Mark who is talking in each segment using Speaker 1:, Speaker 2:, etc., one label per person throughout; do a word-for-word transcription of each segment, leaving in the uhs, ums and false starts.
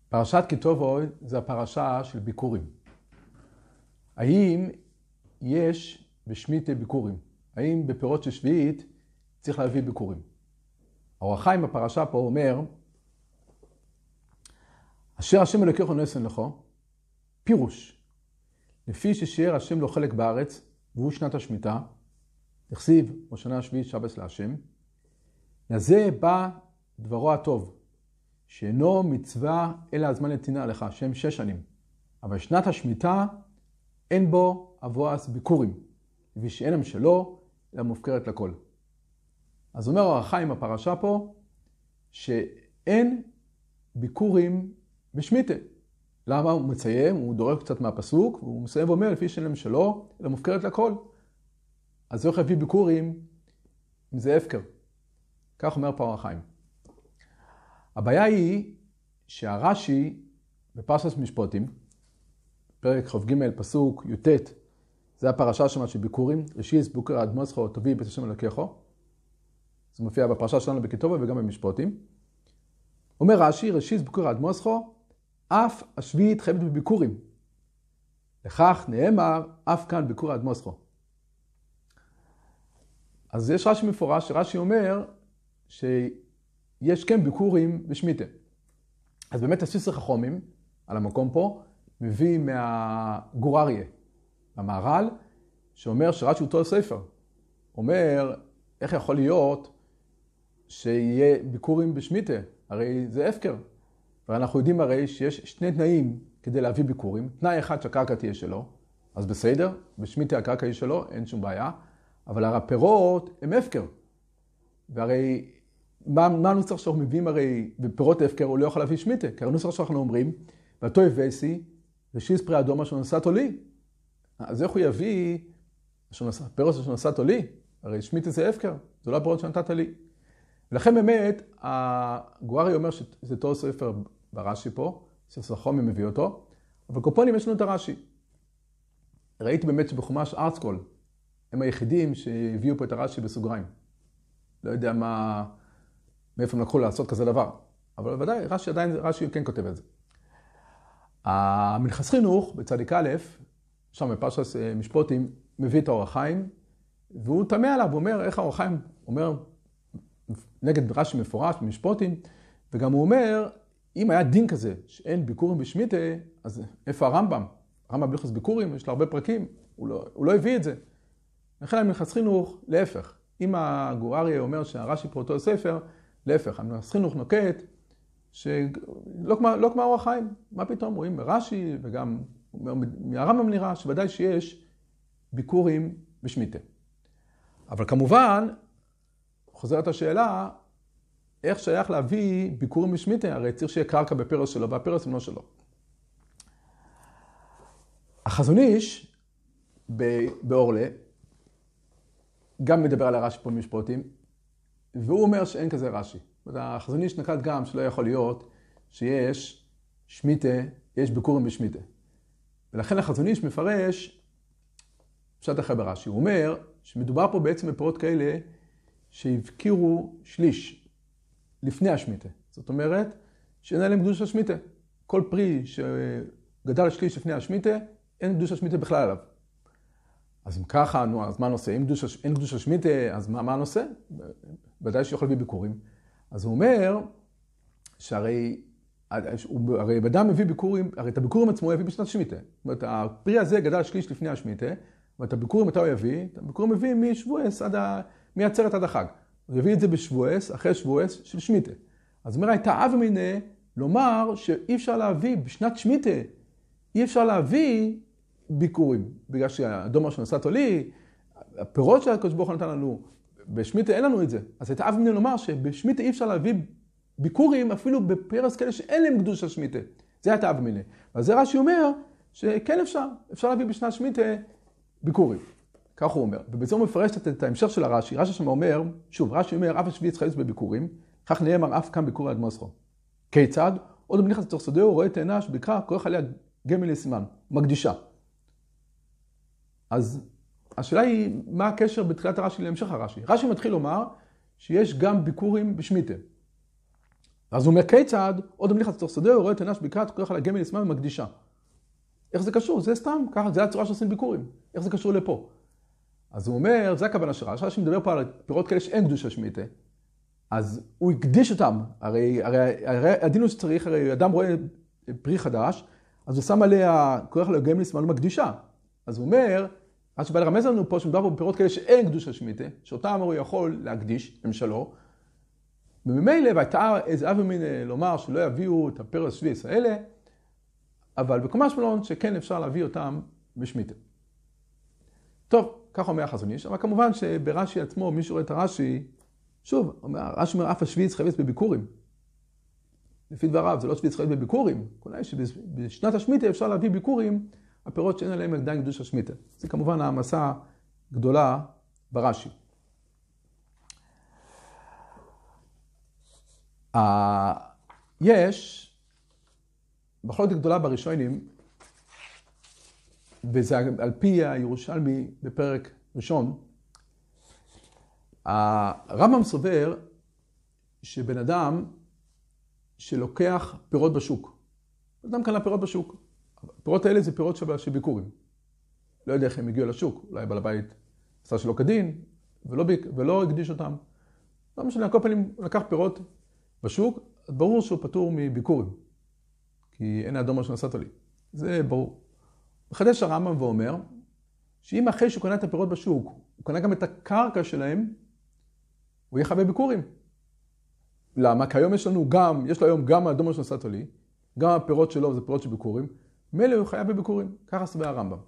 Speaker 1: פרשת כי טובו זה הפרשה של ביקורים. האם יש בשמיטה ביקורים? האם בפירות של שביעית צריך להביא ביקורים? האור החיים בפרשה פה אומר, אשר השם אלוקיך נתן לך, פירוש, לפי ששיער השם לו חלק בארץ, והוא שנת השמיטה, תכסיב בשנה השביעית שבס להשם, לזה בא דברו הטוב, שאינו מצווה אלא הזמן נתינה לך, שהם שש שנים. אבל שנת השמיטה אין בו אבואס ביקורים, ושאינם שלו, אלא מופקרת לכל. אז אומר האור החיים בפרשה פה, שאין ביקורים בשמיטה. למה? הוא מציין, הוא דורק קצת מהפסוק, והוא מסיים ואומר, לפי שאינם שלו, אלא מופקרת לכל. אז איך להביא ביקורים אם זה הפקר? כך אומר פה האור החיים. הבעיה היא שהרש"י בפרשת משפטים, פרק כ"ג פסוק י"ט, זה הפרשה שמה של ביקורים, ראשית בוקר עד מוסכו תביא בית השם אלוקיך. זה מופיע בפרשה שלנו בכי טובו וגם במשפטים. אומר רש"י, ראשית בוקר עד מוסכו, אף השביעית חייבת בביקורים. לכך נאמר, אף כאן ביקור עד מוסכו. אז יש רש"י מפורש, שרש"י אומר שיש כן ביקורים בשמיטה. אז באמת הספר חכמים על המקום פה מביא מהגור אריה, המהר"ל, שאומר שרש"י הוא אותו ספר. אומר, איך יכול להיות שיהיה ביקורים בשמיטה? הרי זה הפקר. ואנחנו יודעים הרי שיש שני תנאים כדי להביא ביקורים. תנאי אחד שהקרקע תהיה שלו, אז בסדר, בשמיטה הקרקע היא שלו, אין שום בעיה. אבל הרי הפירות הם הפקר. והרי מה, מה הנוסח שאנחנו מביאים הרי בפירות הפקר הוא לא יכול להביא שמיטה? כי הנוסח שאנחנו אומרים, ואתו הבאסי, ראשית פרי אדומה שנשאתו לי. אז איך הוא יביא פירות שנשאתו לי? הרי שמיטה זה הפקר, זה לא הפירות שנתת לי. ולכן באמת, הגור אריה אומר שזה אותו ספר ברש"י פה, ספר חכמים מביא אותו, אבל קופונים יש לנו את הרש"י. ראיתי באמת שבחומש ארטסקול, הם היחידים שהביאו פה את הרש"י בסוגריים. לא יודע מה, מאיפה הם לקחו לעשות כזה דבר. אבל ודאי, רש"י עדיין, רש"י כן כותב את זה. המנחס חינוך בצדיק א', שם בפרשת משפטים, מביא את האור החיים, והוא תמה עליו, הוא אומר, איך האור החיים אומר, נגד רש"י מפורש במשפטים, וגם הוא אומר, אם היה דין כזה, שאין ביקורים בשמיטה, אז איפה הרמב"ם? הרמב"ם בלכות ביקורים, יש לו הרבה פרקים, הוא לא, הוא לא הביא את זה. לכן המנחס חינוך, להפך. אם הגור אריה אומר שהרש"י פה אותו ספר, להפך. המנחס חינוך נוקט, שלא כמו, לא כמו האור החיים. מה פתאום? רואים ברש"י, וגם מהרמב"ם נראה שוודאי שיש ביקורים בשמיטה. אבל כמובן, חוזרת השאלה, איך שייך להביא ביקורים בשמיטה? הרי צריך שיהיה קרקע בפרס שלו, והפרס הוא לא שלו. החזון איש באורלה, גם מדבר על הרש"י פה במשפטים, והוא אומר שאין כזה רש"י. החזון איש נקט גם שלא יכול להיות שיש שמיטה, יש ביקורים בשמיטה. ולכן החזון איש מפרש פשט אחר ברש"י. הוא אומר שמדובר פה בעצם בפירות כאלה שהבקירו שליש לפני השמיטה. זאת אומרת שאין עליהם קדוש השמיטה. כל פרי שגדל שליש לפני השמיטה, אין קדוש השמיטה בכלל עליו. אז אם ככה, נו, אז מה הנושא? אם קדוש, אין קדוש השמיטה, אז מה, מה הנושא? ודאי שיכול להביא ביקורים. אז הוא אומר שהרי הרי בדם מביא ביקורים, הרי את הביקורים עצמו יביא בשנת שמיטה. זאת אומרת, הפרי הזה גדל שליש לפני השמיטה, ואת הביקורים מתי הוא יביא? את הביקורים מביא משבועס עד ה... מעצרת עד החג. הוא יביא את זה בשבועס, אחרי שבועס של שמיטה. אז אומר, הייתה אב מיני לומר שאי אפשר להביא בשנת שמיטה, אי אפשר להביא ביקורים, בגלל שהאדומה שנשאתו לי, הפירות שהקדוש ברוך הוא נתן לנו, בשמיטה אין לנו את זה. אז הייתה אב מיני לומר שבשמיטה אי אפשר להביא ביקורים אפילו בפרס כאלה שאין להם קדוש השמיטה. זה הייתה אב מיני. אז זה רש"י אומר שכן אפשר, אפשר להביא בשנת שמיטה ביקורים. כך הוא אומר. ובזה הוא מפרש את ההמשך של הרש"י. רש"י שם אומר, שוב, רש"י אומר, אף השביעית חייבת בביקורים, כך נאמר אף כאן ביקורי עד מוסכו. כיצד? עוד מניח לתוך שדה, הוא רואה תאנה שבקרא, כורך עליה גמל לסימן, מקדישה. אז השאלה היא, מה הקשר בתחילת הרש"י להמשך הרש"י? רש"י מתחיל לומר שיש גם ביקורים בשמיטה. אז הוא אומר, כיצד, עוד המליך לתוך שדה, הוא רואה את עינה שבקעת, קורח על הגמל עצמה ומקדישה. איך זה קשור? זה סתם, ככה, זה הצורה שעושים ביקורים. איך זה קשור לפה? אז הוא אומר, זה הכוונה שלך, רש"י מדבר פה על פירות כאלה שאין קדושה שמיטה, אז הוא הקדיש אותם, הרי, הרי, הרי הדין הוא שצריך, הרי אדם רואה פרי חדש, אז הוא שם עליה, קורח על הגמל עצמה ומקדישה. אז הוא אומר, עד שבא לרמז לנו פה, שמדבר פה בפירות כאלה שאין קדושה שמיטה, שאותם הוא יכול להקדיש, הם שלו, וממילא, והייתה איזה אבי מין לומר שלא יביאו את הפרס שביעס האלה, אבל בקומה שמלון שכן אפשר להביא אותם בשמיטה. טוב, כך אומר החזון איש, אבל כמובן שברש"י עצמו, מי שרואה את הרש"י, שוב, רש"י אומר, אף השביעיץ חייבת בביקורים. לפי דבריו, זה לא שביעיץ חייבת בביקורים, כולי שבשנת השמיטה אפשר להביא ביקורים, הפירות שאין עליהם עדיין קדוש השמיטה. זה כמובן העמסה גדולה ברש"י. יש מחלוקת גדולה בראשונים, וזה על פי הירושלמי בפרק ראשון, הרמב"ם סובר שבן אדם שלוקח פירות בשוק, אדם קנה פירות בשוק, הפירות האלה זה פירות של ביקורים. לא יודע איך הם הגיעו לשוק, אולי בעל הבית עשה שלא כדין, ולא, ולא הקדיש אותם. לא משנה, על כל פנים לקח פירות בשוק, אז ברור שהוא פטור מביקורים, כי אין האדום שנשאת לי. זה ברור. מחדש הרמב"ם ואומר, שאם אחרי שהוא קנה את הפירות בשוק, הוא קנה גם את הקרקע שלהם, הוא יהיה חייב בביקורים. למה? כי היום יש לנו גם, יש לו היום גם האדום שנשאת לי, גם הפירות שלו זה פירות של ביקורים, מילא הוא חייב בביקורים. ככה סבר הרמב"ם.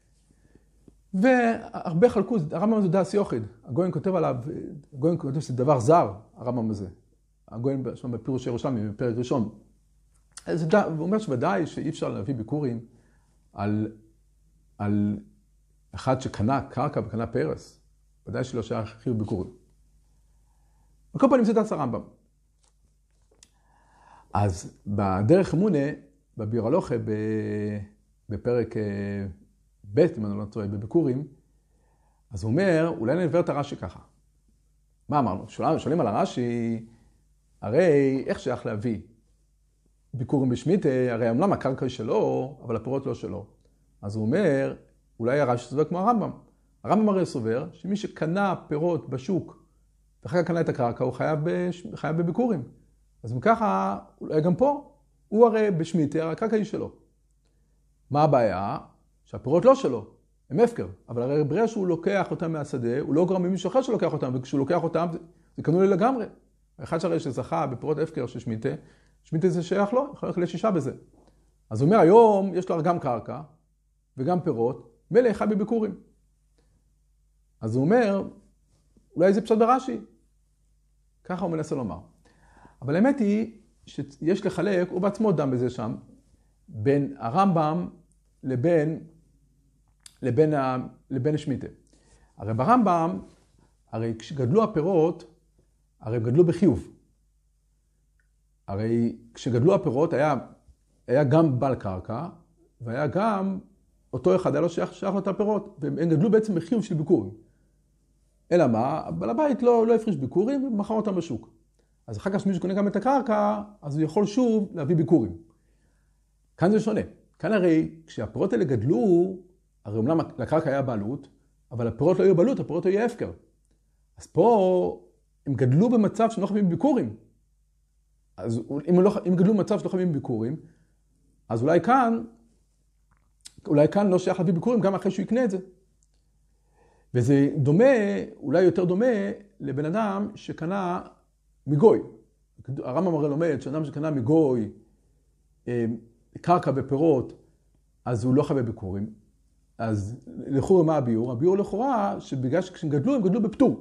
Speaker 1: והרבה חלקו, הרמב"ם זה דאס יוחיד. הגויין כותב עליו, הגויין כותב שזה דבר זר, הרמב"ם הזה. הגויין שם בפירוש ירושלמי, בפרק ראשון. אז הוא אומר שוודאי שאי אפשר להביא ביקורים על, על אחד שקנה קרקע וקנה פרס. ודאי שלא שייך חיוב ביקורים. על כל פנים זה דאס הרמב"ם. אז בדרך אמונה, בביר הלוכה, בפרק ב', אם אני לא טועה, בביקורים, אז הוא אומר, אולי נדבר את הרש"י ככה. מה אמרנו? שואלים על הרש"י, הרי איך שייך להביא ביקורים בשמיטה, הרי אמנם הקרקע היא שלו, אבל הפירות לא שלו. אז הוא אומר, אולי הרש"י סובר כמו הרמב"ם. הרמב"ם הרי סובר שמי שקנה פירות בשוק, ואחר כך קנה את הקרקע, הוא חייב, בש... חייב בביקורים. אז מככה, אולי גם פה, הוא הרי בשמיטה, הקרקע היא שלו. מה הבעיה? שהפירות לא שלו, הם הפקר. אבל הרי ברגע שהוא לוקח אותם מהשדה, הוא לא גרם ממישהו אחר שלוקח אותם, וכשהוא לוקח אותם, זה קנו לי לגמרי. האחד שהרי שזכה בפירות הפקר של שמיטה, שמיטה זה שייך לו, יכול ללכת לשישה בזה. אז הוא אומר, היום יש לו גם קרקע, וגם פירות, מלא אחד בביקורים. אז הוא אומר, אולי זה פשוט ברש"י. ככה הוא מנסה לומר. אבל האמת היא שיש לחלק, הוא בעצמו דם בזה שם, בין הרמב"ם לבין, לבין, לבין השמיטה. הרי ברמב"ם, הרי כשגדלו הפירות, הרי הם גדלו בחיוב. הרי כשגדלו הפירות היה, היה גם בעל קרקע, והיה גם אותו אחד, היה לו שייך, שייך לו את הפירות, והם גדלו בעצם בחיוב של ביקורים. אלא מה? בעל הבית לא, לא הפריש ביקורים, ומכר אותם בשוק. אז אחר כך שמישהו קונה גם את הקרקע, אז הוא יכול שוב להביא ביקורים. כאן זה שונה. כאן הרי, כשהפירות האלה גדלו, הרי אומנם לקרקע היה בעלות, אבל הפירות לא היו בעלות, הפירות היו הפקר. אז פה הם גדלו במצב שהם לא חייבים בביקורים. אז אם, לא, אם גדלו במצב שלא חייבים בביקורים, אז אולי כאן, אולי כאן לא שייך להביא ביקורים גם אחרי שהוא יקנה את זה. וזה דומה, אולי יותר דומה, לבן אדם שקנה מגוי. הרמב"ם הרי לומד שאדם שקנה מגוי, קרקע ופירות, אז הוא לא חייב בביקורים. אז לכאורה מה הביאור? הביאור לכאורה שבגלל שכשהם גדלו, הם גדלו בפטור.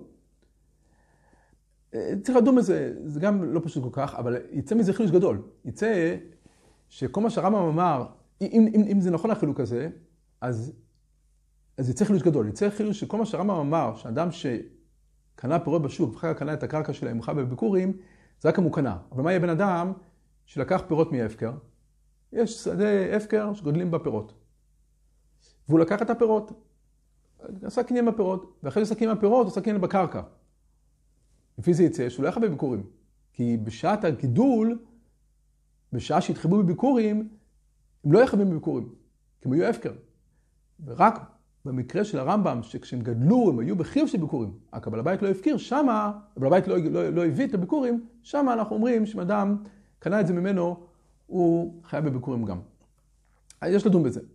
Speaker 1: צריך לדון בזה, זה גם לא פשוט כל כך, אבל יצא מזה חילוש גדול. יצא שכל מה שהרמב"ם אמר, אם, אם, אם זה נכון החילוק הזה, אז, אז יצא חילוש גדול. יצא חילוש שכל מה שהרמב"ם אמר, שאדם שקנה פירות בשוק, ואחר כך קנה את הקרקע שלהם, חייב בביקורים, זה רק אם הוא קנה. אבל מה יהיה בן אדם שלקח פירות מהפקר? יש שדה הפקר שגודלים בפירות. והוא לקח את הפירות, עשה קניין בפירות, ואחרי שעשה קניין בפירות, הוא עשה קניין בקרקע. לפי זה יצא שהוא לא יחווה ביקורים. כי בשעת הגידול, בשעה שהתחייבו בביקורים, הם לא יחייבים בביקורים, כי הם היו הפקר. ורק במקרה של הרמב"ם, שכשהם גדלו, הם היו בחיוב של ביקורים. רק הבעל הבית לא הפקיר, שמה, הבעל הבית לא, לא, לא הביא את הביקורים, שמה אנחנו אומרים שאם אדם קנה את זה ממנו, הוא חייב בביקורים גם. יש לדון בזה.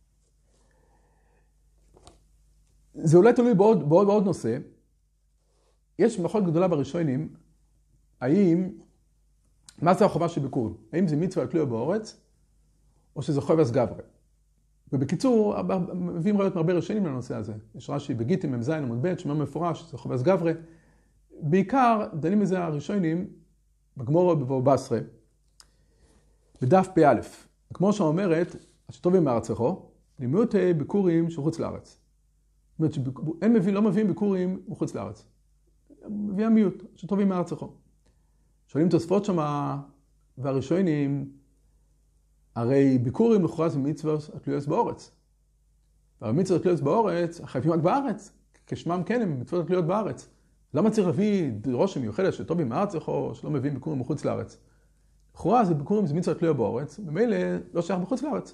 Speaker 1: זה אולי תלוי בעוד, בעוד, בעוד נושא. יש מחלוקת גדולה בראשונים, האם, מה זה החובה של ביקורים? האם זה מצווה תלויה באורץ, או שזה חובת גברי? ובקיצור, מביאים ראיות מהרבה ראשונים לנושא הזה. יש רש"י בגיטין, מ"ז עמוד ב', שאומר מפורש, שזה חובת גברי. בעיקר דנים בזה הראשונים, בגמרא בבבא בסרא, בדף פ"א. כמו שאומרת, שטובים מארצך, לימודי ביקורים של חוץ לארץ. זאת אומרת, הם מבין, לא מביאים ביקורים מחוץ לארץ. מביא המיעוט, שטובים מארצך. שואלים תוספות שמה, והראשונים, הרי ביקורים לכאורה זה מצוות התלויות באורץ. והמצוות התלויות באורץ, חייבים רק בארץ. כשמם כן הם מצוות התלויות בארץ. למה צריך להביא רושם מיוחדת שטובים מארצך, או שלא מביאים ביקורים מחוץ לארץ? לכאורה זה ביקורים זה מצוות תלויות באורץ, וממילא לא שייך בחוץ לארץ.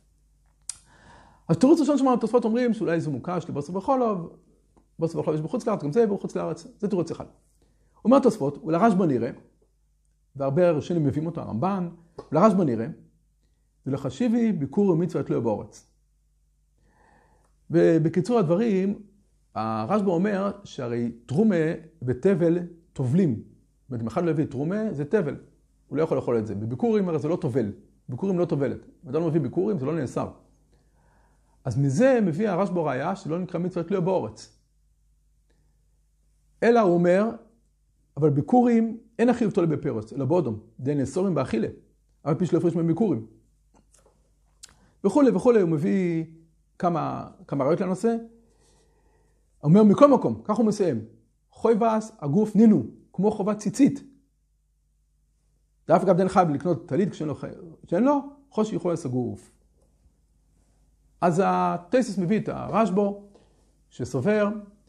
Speaker 1: אז תירוץ ראשון שמענו, התוספות אומרים שאולי זה מוקש לבוסר וחולוב, בוסר וחולוב יש בחוץ לארץ, גם זה בחוץ לארץ, זה תירוץ אחד. אומר התוספות, ולרשב"א נראה, והרבה ראשונים מביאים אותו, הרמב"ן, ולרשב"א נראה, ולחשיבי ביקור ומצווה תלויה באורץ. ובקיצור הדברים, הרשב"א אומר שהרי תרומה ותבל טובלים. זאת אומרת, אם אחד לא הביא תרומה, זה תבל. הוא לא יכול לאכול את זה. בביקורים הרי זה לא טובל. ביקורים לא טובלת. אם אדם לא מביא ביקורים, זה לא נאסר. אז מזה מביא הרשב"א ראיה שלא נקרא מצווה תלויה באורץ. אלא הוא אומר, אבל ביקורים אין החיוב תולה בפרס, אלא באודום. די נאסורים באכילה. אבל פי שלא הפריש מהם ביקורים. וכולי וכולי, הוא מביא כמה, כמה ראיות לנושא. הוא אומר מכל מקום, כך הוא מסיים. חויבס הגוף נינו, כמו חובת ציצית. דאף אגב דין חייב לקנות טלית כשאין לו, כשאין לו חושי חויבס הגוף. אז הטייסס מביא את הרשב"א, שסובר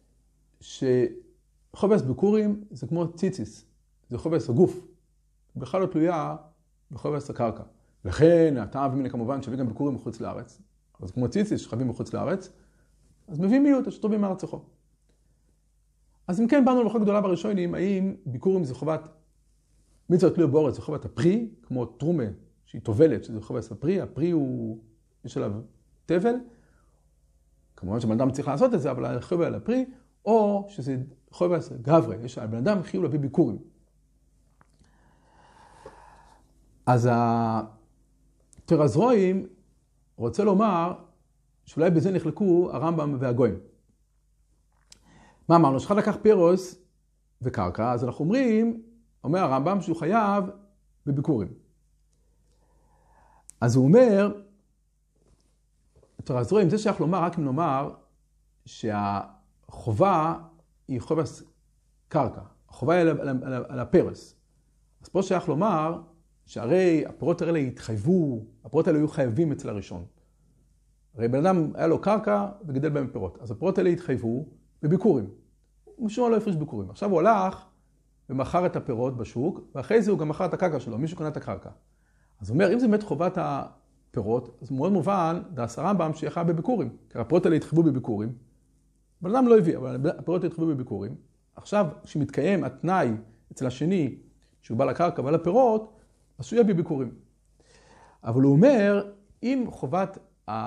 Speaker 1: שחויבס ביקורים זה כמו ציציס, זה חויבס הגוף. בכלל לא תלויה בחויבס הקרקע. לכן, הטעם ומיני כמובן שביא גם ביקורים מחוץ לארץ. אז כמו ציציס שחייבים מחוץ לארץ, אז מביא מיעוט, שטובים מארצך. אז אם כן, באנו למחלוקת גדולה בראשונים, האם ביקורים זה חובת מצוות תלויה באורץ, זה חובת הפרי, כמו תרומה שהיא טובלת, שזה חובת הפרי, הפרי הוא, יש עליו תבל, כמובן שבן אדם צריך לעשות את זה, אבל חובת על הפרי, או שזה חובת גברי, יש על בן אדם חיוב להביא ביקורים. אז התרזרואים רוצה לומר שאולי בזה נחלקו הרמב"ם והגויים. מה אמרנו? שאחד לקח פירוס וקרקע, אז אנחנו אומרים, אומר הרמב"ם שהוא חייב בביקורים. אז הוא אומר, תרזרואים, זה שייך לומר רק אם נאמר שהחובה היא חובת קרקע. החובה היא על, על, על, על הפירוס. אז פה שייך לומר שהרי הפירות האלה התחייבו, הפירות האלה היו חייבים אצל הראשון. הרי בן אדם היה לו קרקע וגידל בהם פירות. אז הפירות האלה התחייבו בביקורים. משום מה לא הפריש ביקורים. עכשיו הוא הלך ומכר את הפירות בשוק, ואחרי זה הוא גם מכר את הקרקע שלו, מישהו קנה את הקרקע. אז הוא אומר, אם זה באמת חובת הפירות, אז מאוד מובן, דאס הרמב"ם שיחד בביקורים. כי הפירות האלה התחייבו בביקורים. בן אדם לא הביא, אבל הפירות האלה התחייבו בביקורים. עכשיו, כשמתקיים התנאי אצל השני, שהוא בא לקרקע ובא לפירות, אז הוא יביא ביקורים. אבל הוא אומר, אם חובת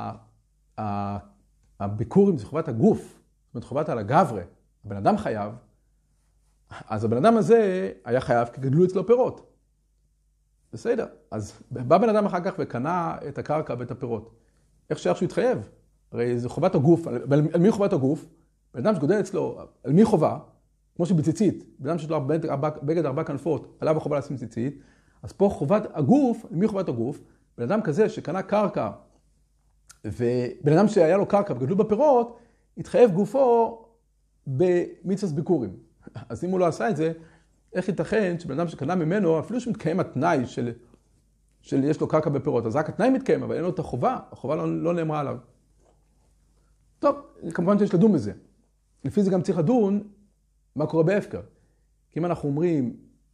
Speaker 1: הביקורים זה חובת הגוף, זאת אומרת חובת על הגברה, הבן אדם חייב, אז הבן אדם הזה היה חייב כי גדלו אצלו פירות. בסדר, אז בא בן אדם אחר כך וקנה את הקרקע ואת הפירות. איך שייך שהוא יתחייב? הרי זה חובת הגוף, על, על מי חובת הגוף? בן אדם שגודל אצלו, על מי חובה? כמו שבציצית, בן אדם שיש לו בגד ארבע כנפות, עליו החובה לשים ציצית, אז פה חובת הגוף, על מי חובת הגוף? בן אדם כזה שקנה קרקע, ובן אדם שהיה לו קרקע וגדלו בפירות, התחייב גופו במצוות ביקורים. אז אם הוא לא עשה את זה, איך ייתכן שבן אדם שקנה ממנו, אפילו שמתקיים התנאי של, של יש לו קרקע בפירות, אז רק התנאי מתקיים, אבל אין לו את החובה, החובה לא, לא נאמרה עליו. טוב, כמובן שיש לדון בזה. לפי זה גם צריך לדון מה קורה בהפקר. כי אם אנחנו אומרים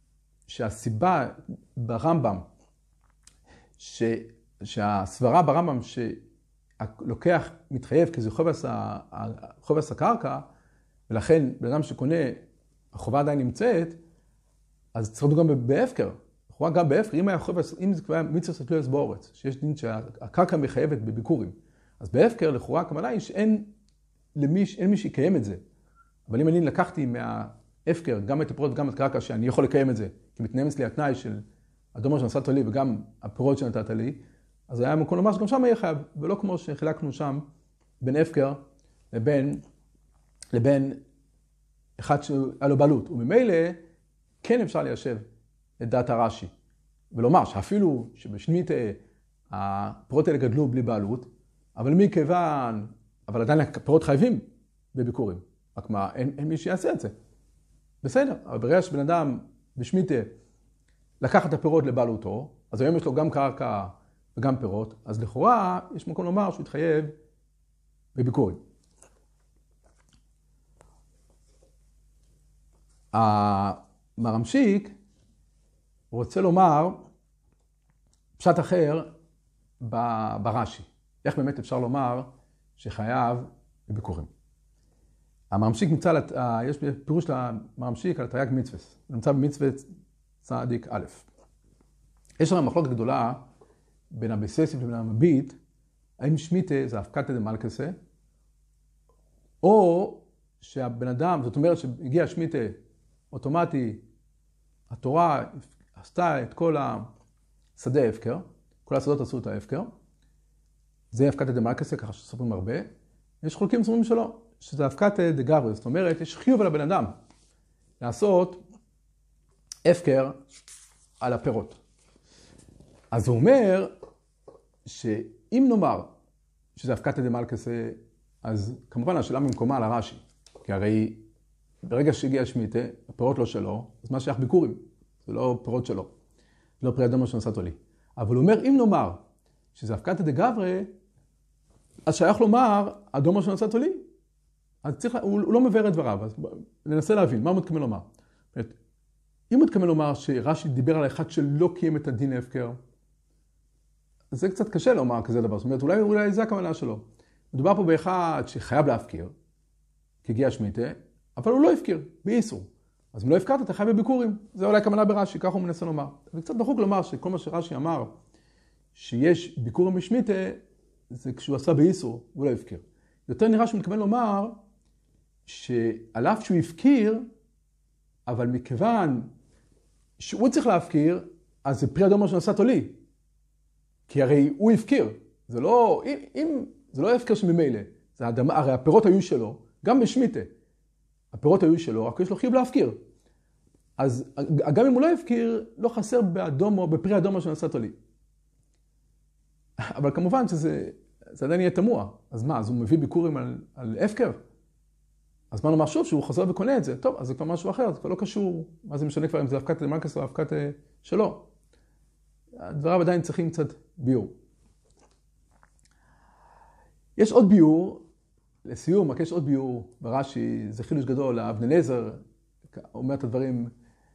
Speaker 1: שהסיבה ברמב"ם, ש, שהסברה ברמב"ם שלוקח מתחייב כי זה חובס, חובס הקרקע, ולכן בן אדם שקונה, החובה עדיין נמצאת, אז צריך לדעת גם בהפקר. לכאורה גם בהפקר, אם היה חובס, אם זה כבר מצוות תלויות באורץ, שיש דין שהקרקע מחייבת בביקורים, אז בהפקר לכאורה הכוונה היא שאין למי, אין מי שיקיים את זה. אבל אם אני לקחתי מההפקר גם את הפירות וגם את הקרקע שאני יכול לקיים את זה, כי מתנהל אצלי התנאי של הדומר שנתת לי וגם הפירות שנתת לי, אז היה מקום לומר שגם שם יהיה חייב, ולא כמו שחילקנו שם בין הפקר לבין, לבין אחד שהיה לו בעלות. וממילא כן אפשר ליישב את דעת הרש"י, ולומר שאפילו שבשנית הפירות האלה גדלו בלי בעלות, אבל מכיוון, אבל עדיין הפירות חייבים בביקורים. רק מה, אין, אין מי שיעשה את זה. בסדר, אבל ברגע שבן אדם בשמיטה לקח את הפירות לבעלותו, אז היום יש לו גם קרקע וגם פירות, אז לכאורה יש מקום לומר שהוא יתחייב בביקורים. המרמשיק רוצה לומר פשט אחר ברש"י. איך באמת אפשר לומר שחייב בביקורים. המרמשיק נמצא, יש פירוש למרמשיק על תרי"ג מצוות. הוא נמצא במצוות צדיק א'. יש לנו מחלוקת גדולה בין הבסיסי לבין המביט, האם שמיטה זה הפקתא דמלכסה, או שהבן אדם, זאת אומרת שהגיע שמיטה אוטומטי, התורה עשתה את כל השדה ההפקר, כל השדות עשו את ההפקר, זה הפקתא דמלכסה, ככה שסופרים הרבה. יש חולקים סופרים שלו, שזה הפקתא דגברא, זאת אומרת, יש חיוב על הבן אדם לעשות הפקר על הפירות. אז הוא אומר שאם נאמר שזה הפקתא דמלכסה, אז כמובן השאלה ממקומה על הרש"י, כי הרי ברגע שהגיע שמיטה, הפירות לא שלו, אז מה שייך ביקורים? זה לא פירות שלו, לא פרי אדומו שנשאתו לי. אבל הוא אומר, אם נאמר שזה הפקתא דגברא, אז שייך לומר, אדומו שנשאתו לי. אז צריך, הוא, הוא לא מבאר את דבריו, אז ננסה להבין, מה הוא מתכוון לומר? אם הוא מתכוון לומר שרש"י דיבר על אחד שלא קיים את הדין ההפקר, זה קצת קשה לומר כזה דבר. זאת אומרת, אולי, אולי זה הכוונה שלו. מדובר פה באחד שחייב להפקיר, כי הגיע שמיטה, אבל הוא לא הפקיר, באיסור. אז אם לא הפקרת, אתה חייב בביקורים. זה אולי הכוונה ברש"י, ככה הוא מנסה לומר. זה קצת דחוק לומר שכל מה שרש"י אמר, שיש ביקורים בשמיטה, זה כשהוא עשה באיסור, הוא לא הפקיר. יותר נראה שהוא מתכוון לומר, שעל אף שהוא הפקיר, אבל מכיוון שהוא צריך להפקיר, אז זה פרי אדומו שנשאתו לי. כי הרי הוא הפקיר. זה לא, אם, אם, זה לא הפקר שממילא. זה האדמה, הרי הפירות היו שלו, גם בשמיטה. הפירות היו שלו, רק יש לו חיוב להפקיר. אז גם אם הוא לא הפקיר, לא חסר באדומו, בפרי אדומו שנשאתו לי. אבל כמובן שזה, זה עדיין יהיה תמוה. אז מה, אז הוא מביא ביקורים על, על הפקר? אז מה נאמר שוב שהוא חוזר וקונה את זה? טוב, אז זה כבר משהו אחר, זה כבר לא קשור. מה זה משנה כבר אם זה הפקתא דמלכסה או הפקתא שלו? הדבריו עדיין צריכים קצת ביור. יש עוד ביור, לסיום, רק יש עוד ביור ברש"י, זה חידוש גדול, אבני נזר אומר את הדברים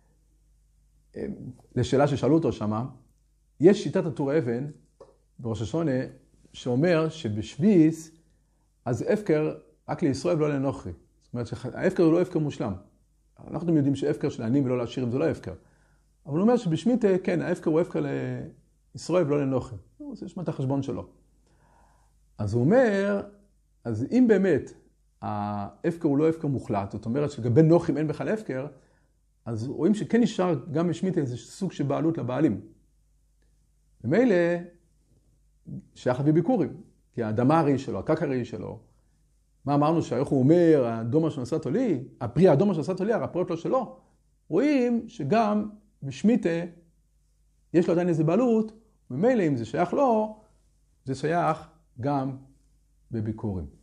Speaker 1: לשאלה ששאלו אותו שמה. יש שיטת הטור אבן בראש השונה שאומר שבשביס אז הפקר רק לישראל ולא לנוכרי. זאת אומרת שההפקר הוא לא הפקר מושלם. אנחנו יודעים שהפקר של העניים ולא לעשירים זה לא הפקר. אבל הוא אומר שבשמיטה, כן, ההפקר הוא הפקר לישראל ולא לנוכרי. זה יש מה את החשבון שלו. אז הוא אומר, אז אם באמת ההפקר הוא לא הפקר מוחלט, זאת אומרת שלגבי נוכרים אין בכלל הפקר, אז רואים שכן נשאר גם בשמיטה איזה סוג של בעלות לבעלים. ומילא שייך להביא ביקורים, כי האדמה הרי שלו, הקרקע הרי שלו, מה אמרנו שהאיך הוא אומר, הדומה שנשאתו לי, הפרי האדומה שנשאתו לי, הפירות לא שלו, רואים שגם בשמיטה יש לו עדיין איזה בעלות, ומילא אם זה שייך לו, זה שייך גם בביקורים.